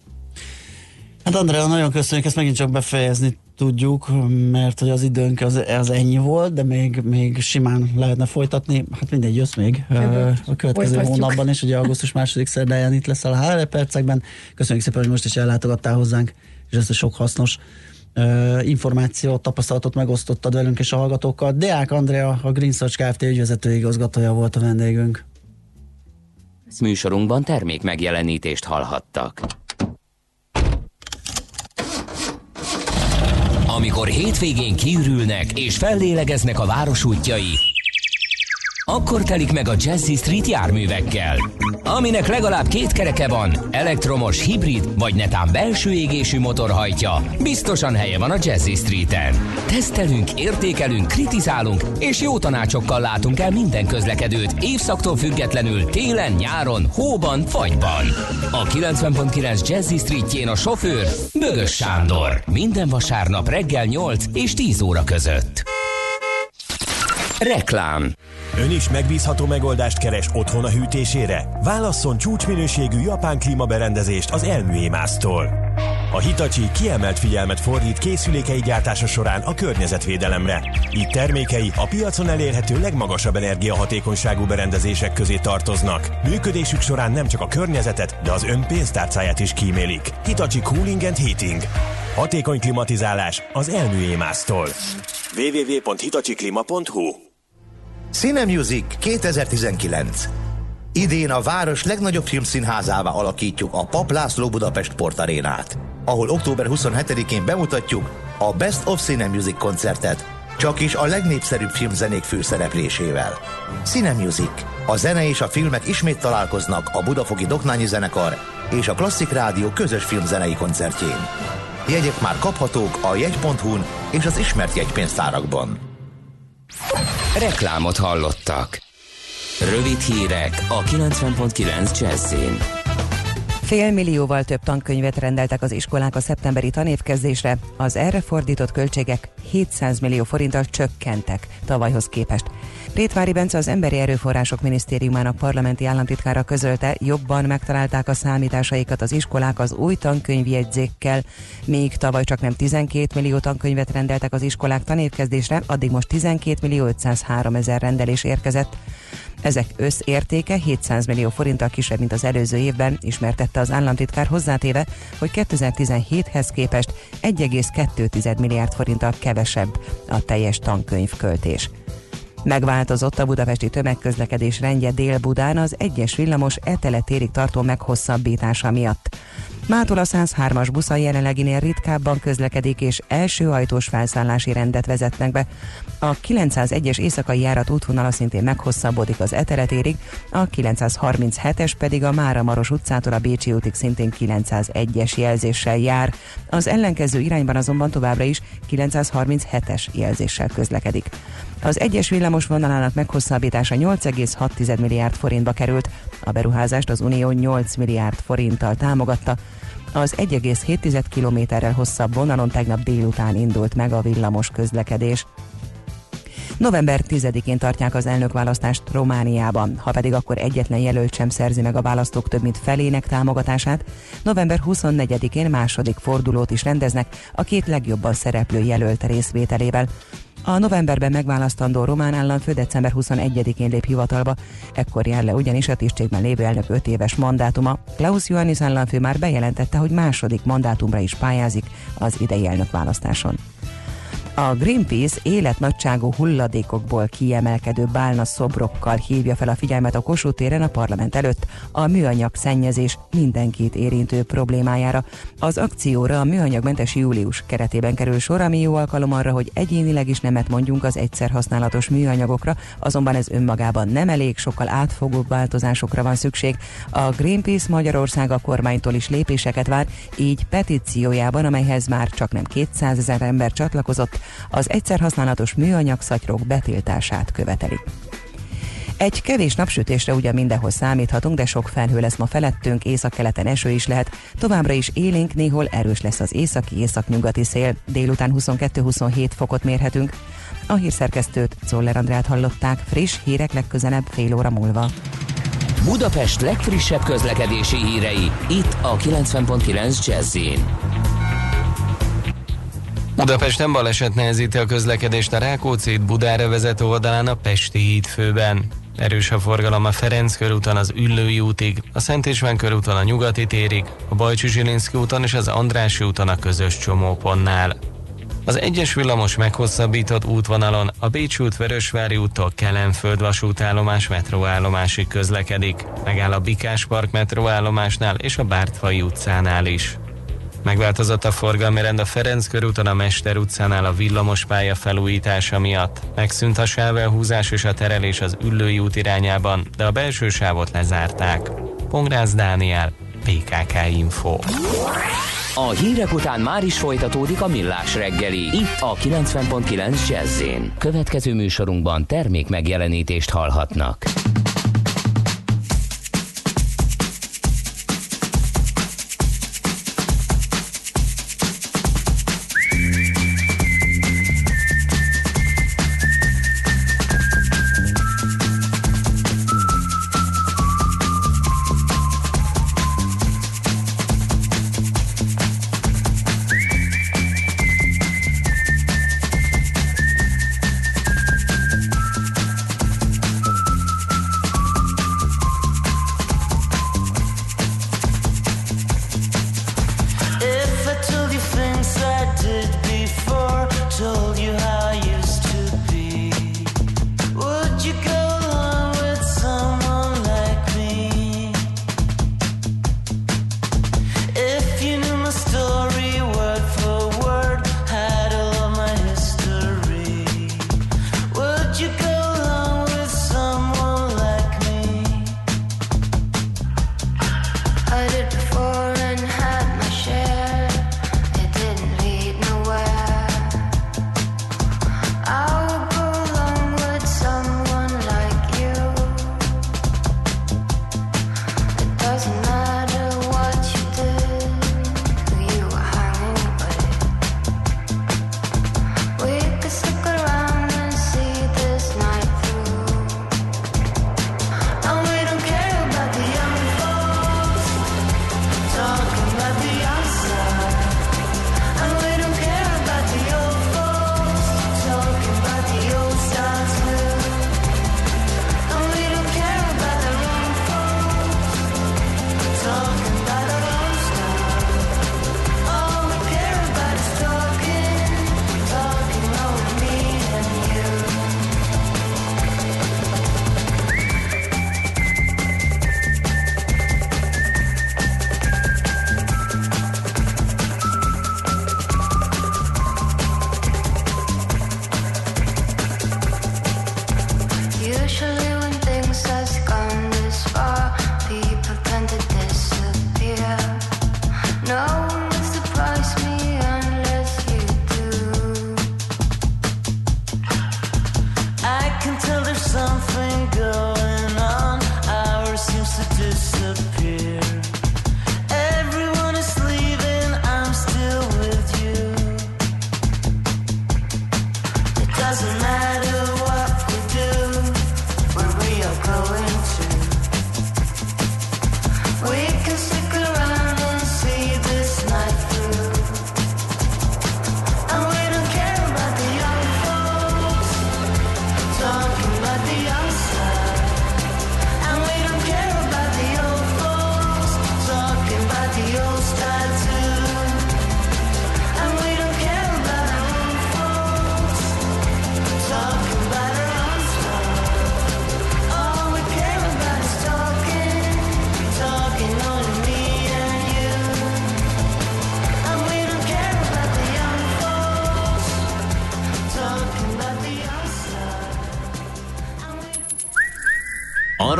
S2: Hát Andrea, nagyon köszönjük, ezt megint csak befejezni tudjuk, mert hogy az időnk az ennyi volt, de még simán lehetne folytatni. Hát mindegy, jössz még a következő hónapban is, ugye augusztus 2. szerdáján itt leszel a HR percekben. Köszönjük szépen, hogy most is ellátogattál hozzánk, és ezt a sok hasznos információt, tapasztalatot megosztottad velünk és a hallgatókkal. Deák Andrea, a Green Search Kft. Ügyvezető igazgatója volt a vendégünk.
S1: Műsorunkban termék megjelenítést hallhattak. Amikor hétvégén kiürülnek és fellélegeznek a város útjai, akkor telik meg a Jazzy Street járművekkel. Aminek legalább 2 kereke van, elektromos, hibrid vagy netán belső égésű motor hajtja, biztosan helye van a Jazzy Streeten. Tesztelünk, értékelünk, kritizálunk és jó tanácsokkal látunk el minden közlekedőt évszaktól függetlenül télen, nyáron, hóban, fagyban. A 90.9 Jazzy Streetjén a sofőr Bögös Sándor. Minden vasárnap reggel 8 és 10 óra között. Reklám.
S6: Ön is megbízható megoldást keres otthon a hűtésére? Válasszon csúcsminőségű japán klímaberendezést az Elműémásztól. A Hitachi kiemelt figyelmet fordít készülékei gyártása során a környezetvédelemre. Így termékei a piacon elérhető legmagasabb energiahatékonyságú berendezések közé tartoznak. Működésük során nem csak a környezetet, de az ön pénztárcáját is kímélik. Hitachi Cooling and Heating. Hatékony klimatizálás az Elműémásztól. www.hitachiklima.hu.
S7: Cine Music 2019. Idén a város legnagyobb filmszínházává alakítjuk a Papp László Budapest Sportarénát, ahol október 27-én bemutatjuk a Best of Cine Music koncertet, csak is a legnépszerűbb filmzenék főszereplésével. Cine Music. A zene és a filmek ismét találkoznak a Budafoki Doknányi Zenekar és a Klasszik Rádió közös filmzenei koncertjén. Jegyek már kaphatók a jegy.hu-n és az ismert jegypénztárakban.
S1: Reklámot hallottak. Rövid hírek a 90.9 Jazzyn.
S8: 500 millióval több tankönyvet rendeltek az iskolák a szeptemberi tanévkezdésre, az erre fordított költségek 700 millió forinttal csökkentek tavalyhoz képest. Rétvári Bence, az Emberi Erőforrások Minisztériumának parlamenti államtitkára közölte, jobban megtalálták a számításaikat az iskolák az új tankönyvjegyzékkel. Míg tavaly csak nem 12 millió tankönyvet rendeltek az iskolák tanévkezdésre, addig most 12.503.000 rendelés érkezett. Ezek összértéke 700 millió forinttal kisebb, mint az előző évben, ismertette az államtitkár, hozzátéve, hogy 2017-hez képest 1,2 milliárd forinttal kevesebb a teljes tankönyvköltés. Megváltozott a budapesti tömegközlekedés rendje Dél-Budán az 1-es villamos Etele térig tartó meghosszabbítása miatt. Mától a 103-as busz a jelenleginél ritkábban közlekedik, és első ajtós felszállási rendet vezetnek be. A 901-es éjszakai járat útvonala szintén meghosszabbodik az Etele térig, a 937-es pedig a Máramaros utcától a Bécsi útig szintén 901-es jelzéssel jár. Az ellenkező irányban azonban továbbra is 937-es jelzéssel közlekedik. Az 1-es villamos vonalának meghosszabbítása 8,6 milliárd forintba került. A beruházást az Unió 8 milliárd forinttal támogatta. Az 1,7 kilométerrel hosszabb vonalon tegnap délután indult meg a villamos közlekedés. November 10-én tartják az elnökválasztást Romániában, ha pedig akkor egyetlen jelölt sem szerzi meg a választók több mint felének támogatását, november 24-én második fordulót is rendeznek a két legjobban szereplő jelölt részvételével. A novemberben megválasztandó román államfő december 21-én lép hivatalba, ekkor jár le ugyanis a tisztségben lévő elnök 5 éves mandátuma. Klaus Iohannis államfő már bejelentette, hogy második mandátumra is pályázik az idei elnökválasztáson. A Greenpeace életnagyságú hulladékokból kiemelkedő bálna szobrokkal hívja fel a figyelmet a Kossuth téren a parlament előtt a műanyag szennyezés mindenkit érintő problémájára. Az akcióra a Műanyagmentes július keretében kerül sor, ami jó alkalom arra, hogy egyénileg is nemet mondjunk az egyszer használatos műanyagokra, azonban ez önmagában nem elég, sokkal átfogóbb változásokra van szükség. A Greenpeace Magyarország a kormánytól is lépéseket vár, így petíciójában, amelyhez már csak nem 200 000 ember csatlakozott, az egyszer használatos műanyag szatyrok betiltását követeli. Egy kevés napsütésre ugyan mindenhol számíthatunk, de sok felhő lesz ma felettünk, északkeleten eső is lehet, továbbra is élénk, néhol erős lesz az északi-északnyugati szél, délután 22-27 fokot mérhetünk. A hírszerkesztőt, Czoller Andrát hallották, friss hírek legközelebb fél óra múlva.
S1: Budapest legfrissebb közlekedési hírei, itt a 90.9 Jazz-in.
S9: Budapesten baleset nehezíti a közlekedést a Rákóczi Budára vezető oldalán a Pesti híd főben. Erős a forgalom a Ferenc körúton az Üllői útig, a Szent István körúton a Nyugati térig, a Bajcsy-Zsilinszky úton és az Andrássy úton a közös csomópontnál. Az 1-es villamos meghosszabbított útvonalon a Bécsi út Vörösvári úttól Kelenföld vasútállomás metróállomásig közlekedik, megáll a Bikás Park metróállomásnál és a Bártfai utcánál is. Megváltozott a forgalmi rend a Ferenc körúton a Mester utcánál a villamospálya felújítása miatt. Megszűnt a sávelhúzás és a terelés az Üllői út irányában, de a belső sávot lezárták. Pongrász Dániel, PKK Info.
S1: A hírek után már is folytatódik a Millás reggeli, itt a 90.9 Jazz-in. Következő műsorunkban termék megjelenítést hallhatnak.
S5: We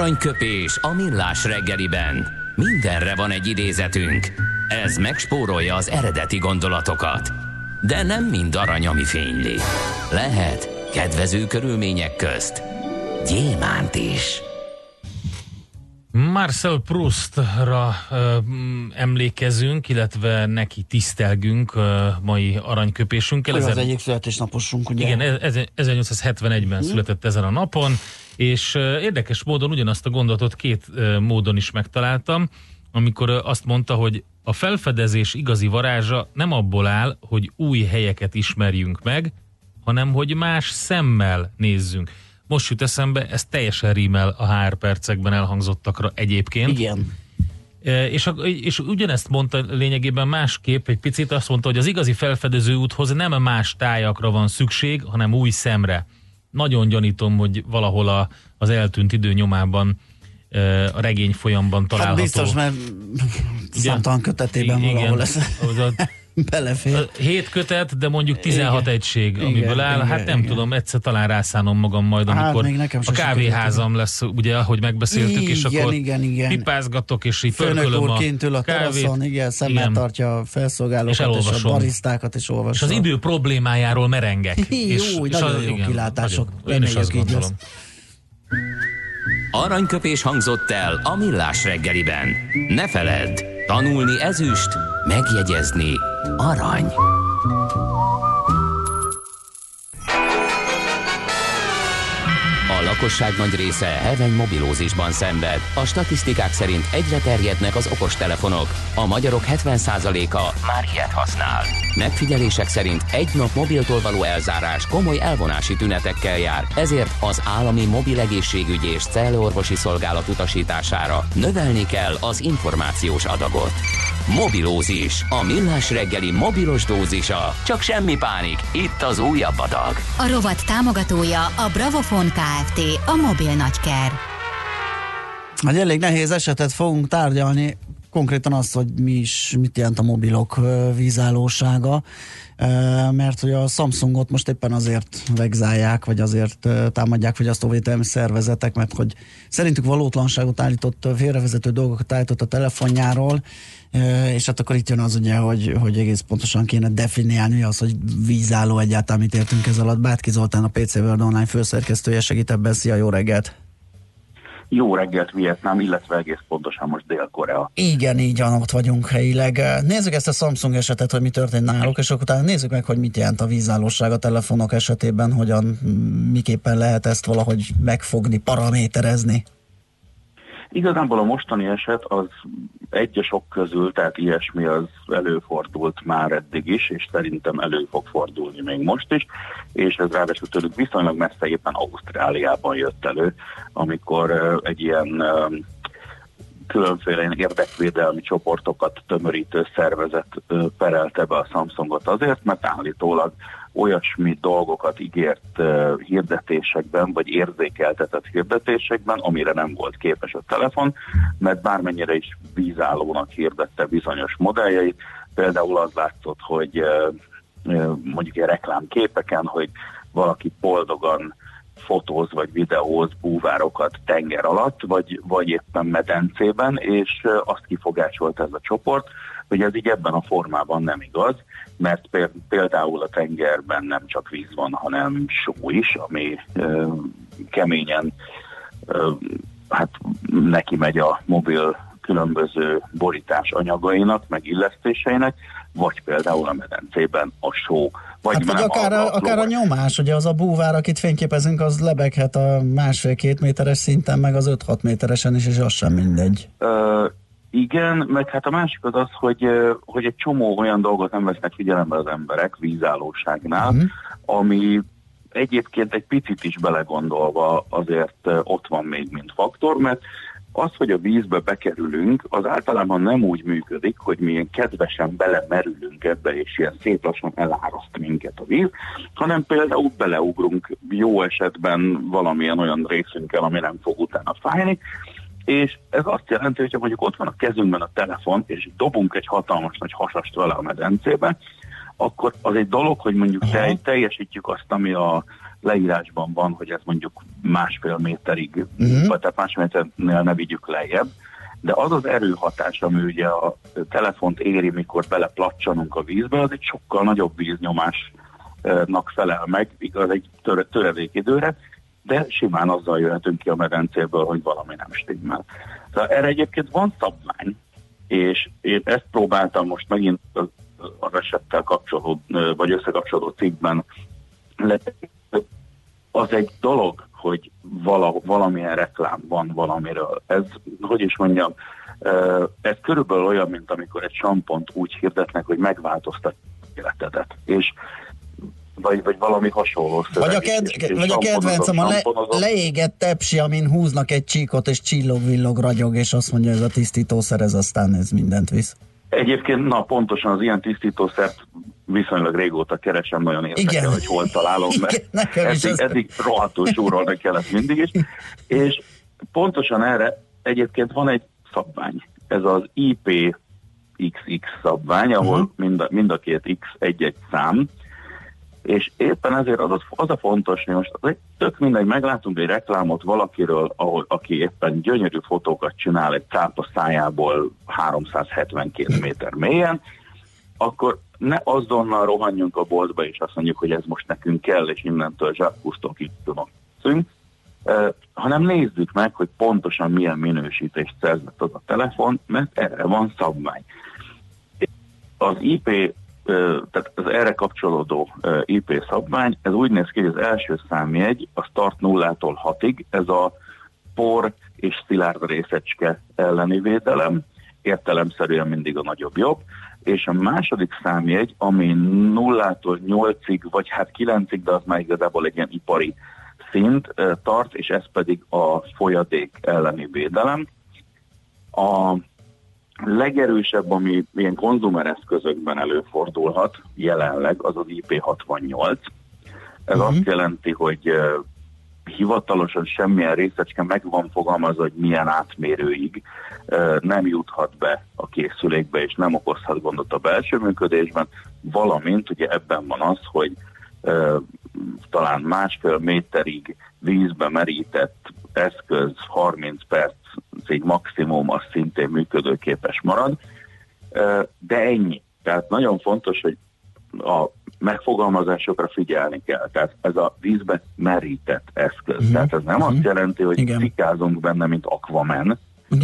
S1: Aranyköpés a millás reggeliben. Mindenre van egy idézetünk. Ez megspórolja az eredeti gondolatokat. De nem mind arany, ami fényli. Lehet kedvező körülmények közt gyémánt is.
S3: Marcel Proustra emlékezünk, illetve neki tisztelgünk mai aranyköpésünkkel.
S2: Az egyik születésnaposunk, ugye?
S3: Igen, 1871-ben született ezen a napon, és érdekes módon ugyanazt a gondolatot két módon is megtaláltam, amikor azt mondta, hogy a felfedezés igazi varázsa nem abból áll, hogy új helyeket ismerjünk meg, hanem hogy más szemmel nézzünk. Most jut eszembe, ez teljesen rímel a HR percekben elhangzottakra egyébként.
S2: Igen.
S3: És ugyanezt mondta lényegében másképp, egy picit azt mondta, hogy az igazi felfedező úthoz nem más tájakra van szükség, hanem új szemre. Nagyon gyanítom, hogy valahol az eltűnt idő nyomában a regény folyamban található.
S2: Hát biztos, mert számtalan kötetében valahol ez belefér.
S3: 7 kötet, de mondjuk 16 egység, amiből áll. Hát nem tudom, egyszer talán rászánom magam majd, amikor a kávéházam lesz, ugye, ahogy megbeszéltük, és akkor pipázgatok, és így pörkölöm a
S2: kint ül a teraszon, szemmel tartja a felszolgálókat, és a barisztákat, és olvasom.
S3: És az idő problémájáról merengek.
S2: Jó, nagyon jó kilátások.
S3: Én is azt gondolom.
S1: Aranyköpés hangzott el a millás reggeliben. Ne feledd, tanulni ezüst, megjegyezni arany. A lakosság nagy része heveny mobilózisban szenved. A statisztikák szerint egyre terjednek az okostelefonok. A magyarok 70%-a már ilyet használ. Megfigyelések szerint egy nap mobiltól való elzárás komoly elvonási tünetekkel jár, ezért az állami mobil egészségügyi és cellorvosi szolgálat utasítására növelni kell az információs adagot. Mobilózis, a millás reggeli mobilos dózisa. Csak semmi pánik, itt az újabb adag.
S10: A rovat támogatója a Bravofon Kft. A mobil nagyker.
S2: Egy elég nehéz esetet fogunk tárgyalni, konkrétan azt, hogy mit jelent a mobilok vízállósága, mert hogy a Samsungot most éppen azért vegzálják, vagy azért támadják fogyasztóvédelmi szervezetek, mert hogy szerintük valótlanságot állított, félrevezető dolgokat állított a telefonjáról, és hát akkor itt jön az ugye, hogy egész pontosan kéne definiálni az, hogy vízálló egyáltalán mit értünk ez alatt. Bátki Zoltán, a PC World Online főszerkesztője segít ebben. Szia, jó reggelt!
S11: Jó reggelt, Vietnám, illetve egész pontosan most Dél-Korea.
S2: Igen, így van, ott vagyunk helyileg. Nézzük ezt a Samsung esetet, hogy mi történt náluk, és akkor utána nézzük meg, hogy mit jelent a vízállóság a telefonok esetében, miképpen lehet ezt valahogy megfogni, paraméterezni.
S11: Igazából a mostani eset az egy a sok közül, tehát ilyesmi az előfordult már eddig is, és szerintem elő fog fordulni még most is, és ez ráadásul tőlük viszonylag messze éppen Ausztráliában jött elő, amikor egy ilyen különféle érdekvédelmi csoportokat tömörítő szervezet perelte be a Samsungot azért, mert állítólag olyasmi dolgokat ígért hirdetésekben, vagy érzékeltetett hirdetésekben, amire nem volt képes a telefon, mert bármennyire is vízállónak hirdette bizonyos modelljeit, például az látszott, hogy mondjuk egy reklámképeken, hogy valaki boldogan fotóz vagy videóz búvárokat tenger alatt, vagy éppen medencében, és azt kifogásolta ez a csoport, hogy ez így ebben a formában nem igaz, mert például a tengerben nem csak víz van, hanem só is, ami keményen neki megy a mobil különböző borítás anyagainak, meg illesztéseinek, vagy például a medencében a só.
S2: Vagy akár a nyomás, ugye az a búvár, akit fényképezünk, az lebeghet a 1,5-2 méteres szinten, meg az 5-6 méteresen is, és az sem mindegy.
S11: Igen, meg hát a másik az, hogy egy csomó olyan dolgot nem vesznek figyelembe az emberek vízállóságnál, ami egyébként egy picit is belegondolva azért ott van még mint faktor, mert az, hogy a vízbe bekerülünk, az általában nem úgy működik, hogy mi ilyen kedvesen belemerülünk ebbe, és ilyen szép lassan eláraszt minket a víz, hanem például beleugrunk jó esetben valamilyen olyan részünkkel, ami nem fog utána fájni, és ez azt jelenti, hogyha mondjuk ott van a kezünkben a telefon, és dobunk egy hatalmas nagy hasast vele a medencébe, akkor az egy dolog, hogy mondjuk teljesítjük azt, ami a leírásban van, hogy ez mondjuk 1,5 méterig, vagy tehát 1,5 méternél ne vigyük lejjebb, de az az erőhatás, ami ugye a telefont éri, mikor beleplacsanunk a vízbe, az egy sokkal nagyobb víznyomásnak felel meg, igaz, egy töredékidőre, de simán azzal jöhetünk ki a medencéből, hogy valami nem stimmel. Tehát erre egyébként van szabvány, és én ezt próbáltam most megint az esettel kapcsolódó, vagy összekapcsolódó cikkben. Az egy dolog, hogy valamilyen reklám van valamiről. Ez, hogy is mondjam, ez körülbelül olyan, mint amikor egy sampont úgy hirdetnek, hogy megváltoztatja életedet. És vagy valami hasonló szöveg.
S2: Vagy a kedvencem, a leégett tepsi, amin húznak egy csíkot, és csillog-villog, ragyog, és azt mondja, ez a tisztítószer, ez aztán ez mindent visz.
S11: Egyébként, pontosan az ilyen tisztítószert viszonylag régóta keresem, nagyon érdekel, hogy hol találom, mert eddig rohadtul súrolni kellett mindig is. És pontosan erre egyébként van egy szabvány. Ez az IPXX szabvány, ahol mind a két X egy-egy szám, és éppen ezért az a fontos, hogy most tök mindegy, meglátunk egy reklámot valakiről, aki éppen gyönyörű fotókat csinál egy cápa szájából 372 méter mélyen, akkor ne azonnal rohanjunk a boltba, és azt mondjuk, hogy ez most nekünk kell, és innentől zsákpusztól kitudunk, hanem nézzük meg, hogy pontosan milyen minősítést szerzett az a telefon, mert erre van szabvány. Az IP, tehát az erre kapcsolódó IP szabvány, ez úgy néz ki, hogy az első számjegy, a start 0-tól 6-ig, ez a por és szilárd részecske elleni védelem, értelemszerűen mindig a nagyobb jobb, és a második számjegy, ami 0-tól 8-ig, vagy hát 9-ig, de az már igazából egy ilyen ipari szint tart, és ez pedig a folyadék elleni védelem. A legerősebb, ami ilyen konzumereszközökben előfordulhat jelenleg, az az IP68. Ez azt jelenti, hogy hivatalosan semmilyen részecske meg van fogalmazva, hogy milyen átmérőig nem juthat be a készülékbe, és nem okozhat gondot a belső működésben, valamint ugye ebben van az, hogy talán 1,5 méterig vízbe merített eszköz 30 percig maximum az szintén működőképes marad, de ennyi. Tehát nagyon fontos, hogy a megfogalmazásokra figyelni kell. Tehát ez a vízbe merített eszköz. Tehát ez nem azt jelenti, hogy cikázunk benne, mint Aquaman.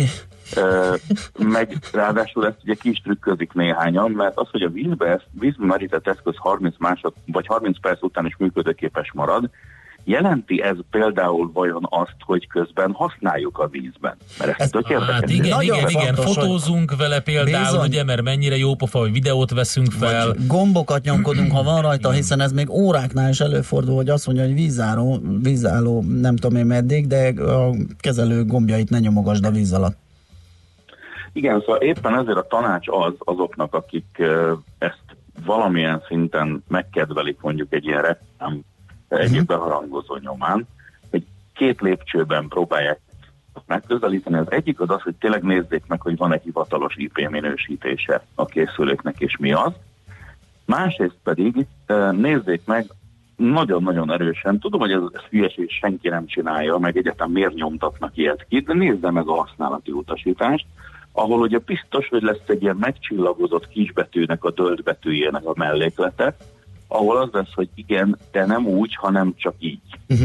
S11: Meg ráadásul ezt ugye ki is trükközik néhányan, mert az, hogy a vízbe merített eszköz 30 perc után is működőképes marad, jelenti ez például vajon azt, hogy közben használjuk a vízben? Mert ez tök érdekes.
S3: Hát igen, fotózunk vele például, ugye, mert mennyire jó pofa, hogy videót veszünk fel.
S2: Vagy gombokat nyomkodunk, ha van rajta, hiszen ez még óráknál is előfordul, hogy azt mondja, hogy vízálló nem tudom én meddig, de a kezelő gombjait ne nyomogasd a víz alatt.
S11: Igen, szóval éppen ezért a tanács azoknak, akik ezt valamilyen szinten megkedvelik, mondjuk egy ilyen reklám, egyéb beharangozó nyomán, hogy 2 lépcsőben próbálják megközelíteni. Az egyik az, hogy tényleg nézzék meg, hogy van egy hivatalos IP minősítése a készüléknek, és mi az. Másrészt pedig nézzék meg nagyon-nagyon erősen, tudom, hogy ez hülyeség, senki nem csinálja, meg egyáltalán miért nyomtatnak ilyet ki, de nézze meg a használati utasítást, ahol ugye biztos, hogy lesz egy ilyen megcsillagozott kisbetűnek a dölt betűjének a melléklete, ahol az lesz, hogy igen, de nem úgy, hanem csak így.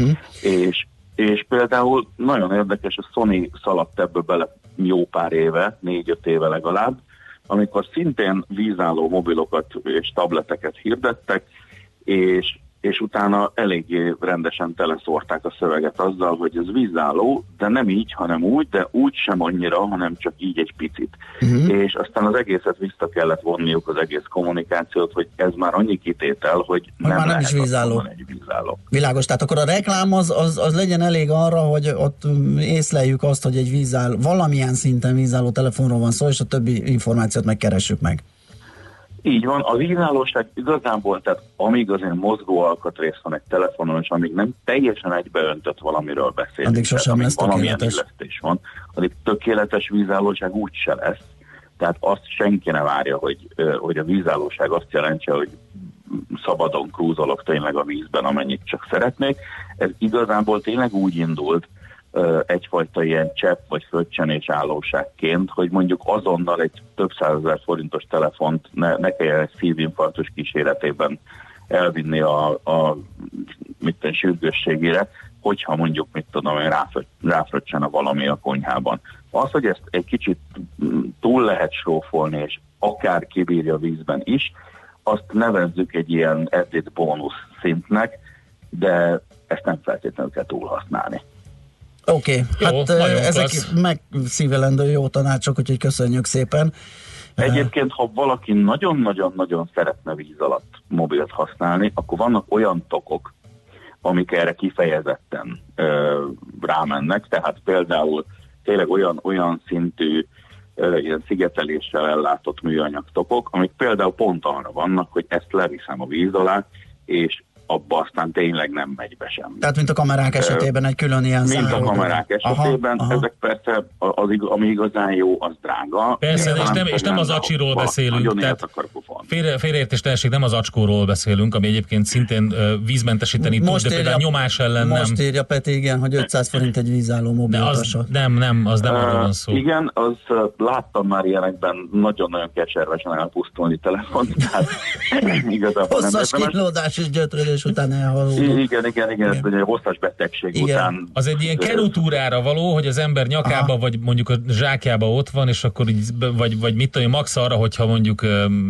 S11: És például nagyon érdekes, a Sony szaladt ebből bele jó pár éve, 4-5 éve legalább, amikor szintén vízálló mobilokat és tableteket hirdettek, és utána eléggé rendesen teleszórták a szöveget azzal, hogy ez vízálló, de nem így, hanem úgy, de úgy sem annyira, hanem csak így egy picit. És aztán az egészet vissza kellett vonniuk, az egész kommunikációt, hogy ez már annyi kitétel, hogy nem lehet
S2: is vízálló.
S11: Egy vízálló.
S2: Világos, tehát akkor a reklám az legyen elég arra, hogy ott észleljük azt, hogy egy valamilyen szinten vízálló telefonról van szó, és a többi információt megkeressük meg.
S11: Így van, a vízállóság igazából, tehát amíg azért mozgó alkatrész van egy telefonon, és amíg nem teljesen egybeöntött valamiről beszélünk,
S2: addig sosem lesz tökéletes.
S11: Van, addig tökéletes vízállóság úgy se lesz. Tehát azt senki ne várja, hogy a vízállóság azt jelentse, hogy szabadon krúzolok tényleg a vízben, amennyit csak szeretnék. Ez igazából tényleg úgy indult, egyfajta ilyen csepp vagy földcsenés állóságként, hogy mondjuk azonnal egy több 100 000 forintos telefont ne kelljen egy szívinfarktus kíséretében elvinni a sürgősségére, hogyha mondjuk, ráfröccsen a valami a konyhában. Az, hogy ezt egy kicsit túl lehet srófolni, és akár kibírja vízben is, azt nevezzük egy ilyen added bónusz szintnek, de ezt nem feltétlenül kell túlhasználni.
S2: Oké, hát ezek megszívelendő jó tanácsok, úgyhogy köszönjük szépen.
S11: Egyébként, ha valaki nagyon-nagyon-nagyon szeretne víz alatt mobilt használni, akkor vannak olyan tokok, amik erre kifejezetten rámennek, tehát például tényleg olyan szintű ilyen szigeteléssel ellátott műanyag tokok, amik például pont arra vannak, hogy ezt leviszem a víz alá, és abba aztán tényleg nem megy be semmi.
S2: Tehát mint a kamerák esetében egy külön ilyen
S11: záró. Mint a kamerák esetében, ezek persze, ami igazán jó, az drága.
S3: Persze, és nem az acsiról beszélünk. Tehát félreértés teljeség, nem az acskóról beszélünk, ami egyébként szintén vízmentesíteni tud, de például nyomás ellen nem.
S2: Most írja Peti, igen, hogy 500 forint egy vízálló mobiltasa.
S3: Nem, az nem arról van szó.
S11: Igen, az láttam már ilyenekben nagyon-nagyon keservesen elpusztulni telefont, tehát igazából nem.
S2: Hosszas kínlódás és gyötrődés után elhalódó.
S11: Igen, egy hosszas betegség után.
S3: Az egy ilyen kenutúrára való, hogy az ember nyakába, vagy mondjuk a zsákjába ott van, és akkor így, vagy mit tudom, max arra, hogyha mondjuk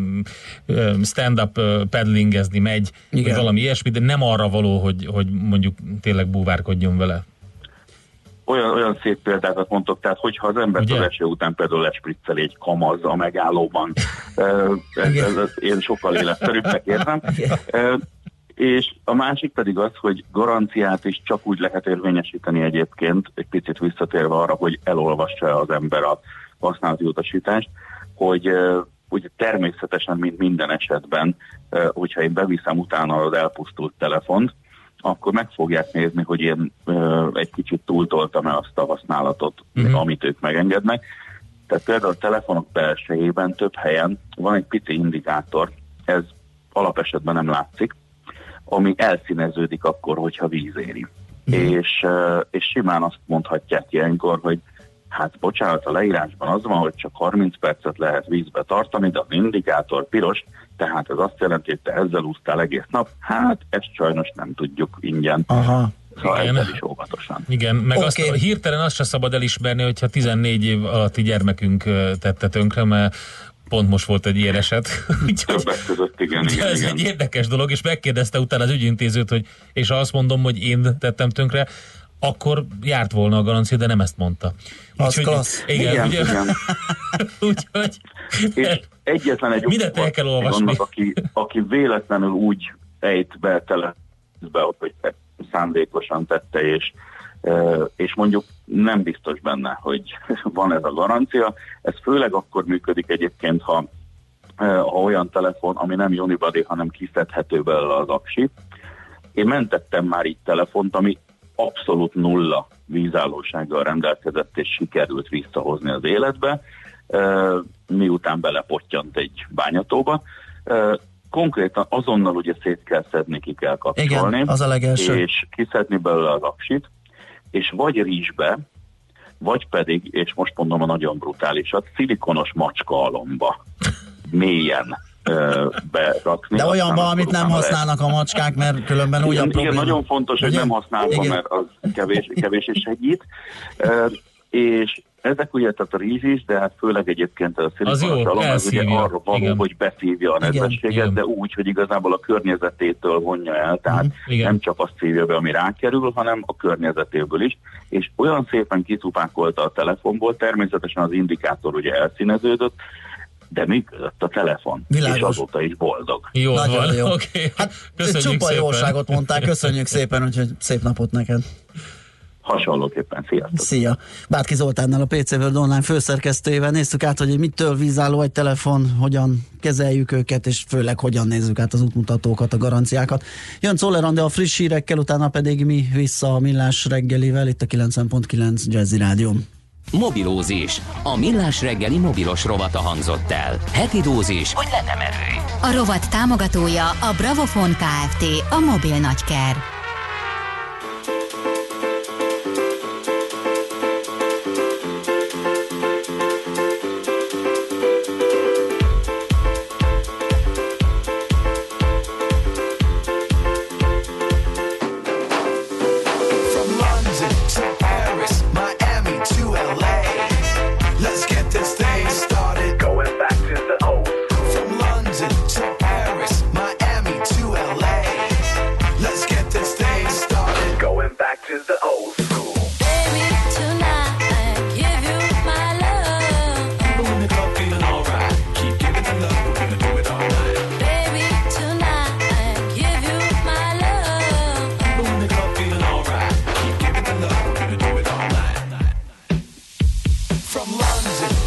S3: stand-up paddlingezni megy, vagy valami ilyesmi, de nem arra való, hogy mondjuk tényleg búvárkodjon vele.
S11: Olyan szép példákat mondtok, tehát hogyha az ember az eső után például lespriccel egy kamaz a megállóban, én sokkal életszerűbbnek érzem. És a másik pedig az, hogy garanciát is csak úgy lehet érvényesíteni egyébként, egy picit visszatérve arra, hogy elolvassa az ember a használati utasítást, hogy ugye természetesen, mint minden esetben, hogyha én beviszem utána az elpusztult telefont, akkor meg fogják nézni, hogy én egy kicsit túltoltam-e azt a használatot, amit ők megengednek. Tehát például a telefonok belsejében több helyen van egy pici indikátor, ez alapesetben nem látszik, ami elszíneződik akkor, hogyha víz éri. És simán azt mondhatják ilyenkor, hogy hát bocsánat, a leírásban az van, hogy csak 30 percet lehet vízbe tartani, de az indikátor piros, tehát ez azt jelenti, hogy te ezzel úsztál egész nap. Hát ezt sajnos nem tudjuk ingyen.
S2: Aha.
S11: Szóval ezzel is óvatosan.
S3: Igen, meg hirtelen azt se szabad elismerni, hogyha 14 év alatti gyermekünk tette tönkre, mert pont most volt egy ilyen eset.
S11: Többek között, igen.
S3: Ez egy érdekes dolog, és megkérdezte utána az ügyintézőt, hogy és ha azt mondom, hogy én tettem tönkre, akkor járt volna a garancia, de nem ezt mondta.
S2: Az klassz.
S11: Igen.
S3: Úgyhogy
S11: és egyetlen egy
S3: mindent el kell olvasni.
S11: Annak, aki véletlenül úgy ejt be telefbe, hogy szándékosan tette, és mondjuk nem biztos benne, hogy van ez a garancia. Ez főleg akkor működik egyébként, ha olyan telefon, ami nem unibody, hanem kiszedhető belőle az aksi. Én mentettem már így telefont, ami abszolút nulla vízállósággal rendelkezett, és sikerült visszahozni az életbe, miután belepottyant egy bányatóba. Konkrétan azonnal ugye szét kell szedni, ki kell kapcsolni.
S2: Igen, az a legelső.
S11: És kiszedni belőle az aksit, és vagy rizsbe, vagy pedig, és most mondom a nagyon brutálisat, szilikonos macska alomba mélyen berakni.
S2: De olyanban, amit nem használnak a macskák, mert különben úgy a probléma.
S11: Igen, nagyon fontos, hogy nem használva, mert az kevés is segít. És ezek ugye, tehát a rizs is, de hát főleg egyébként a szilikonos alom, az ugye arra való, hogy beszívja a nedvességet, de úgy, hogy igazából a környezetétől vonja el, tehát nem csak azt szívja be, ami rákerül, hanem a környezetéből is. És olyan szépen kiszupákolta a telefonból, természetesen az indikátor ugye elszíneződött, de működött a telefon. Világos. És azóta is boldog.
S3: Jó,
S2: nagyon jó.
S3: Okay.
S2: Hát csupa jóságot mondták, köszönjük szépen, úgyhogy szép napot neked.
S11: Hasonlóképpen, sziasztok!
S2: Szia! Bátki Zoltánnal, a PC World Online főszerkesztőjével néztük át, hogy mitől vízálló egy telefon, hogyan kezeljük őket, és főleg hogyan nézzük át az útmutatókat, a garanciákat. Jön Czoller Andi a friss hírekkel, utána pedig mi vissza a Millás reggelivel, itt a 90.9 Jazzy Rádió.
S1: Mobilózis. A millás reggeli mobilos rovata hangzott el. Heti dózis, hogy le nem erőj.
S10: A rovat támogatója a Bravofon Kft. A mobil nagyker.
S12: From London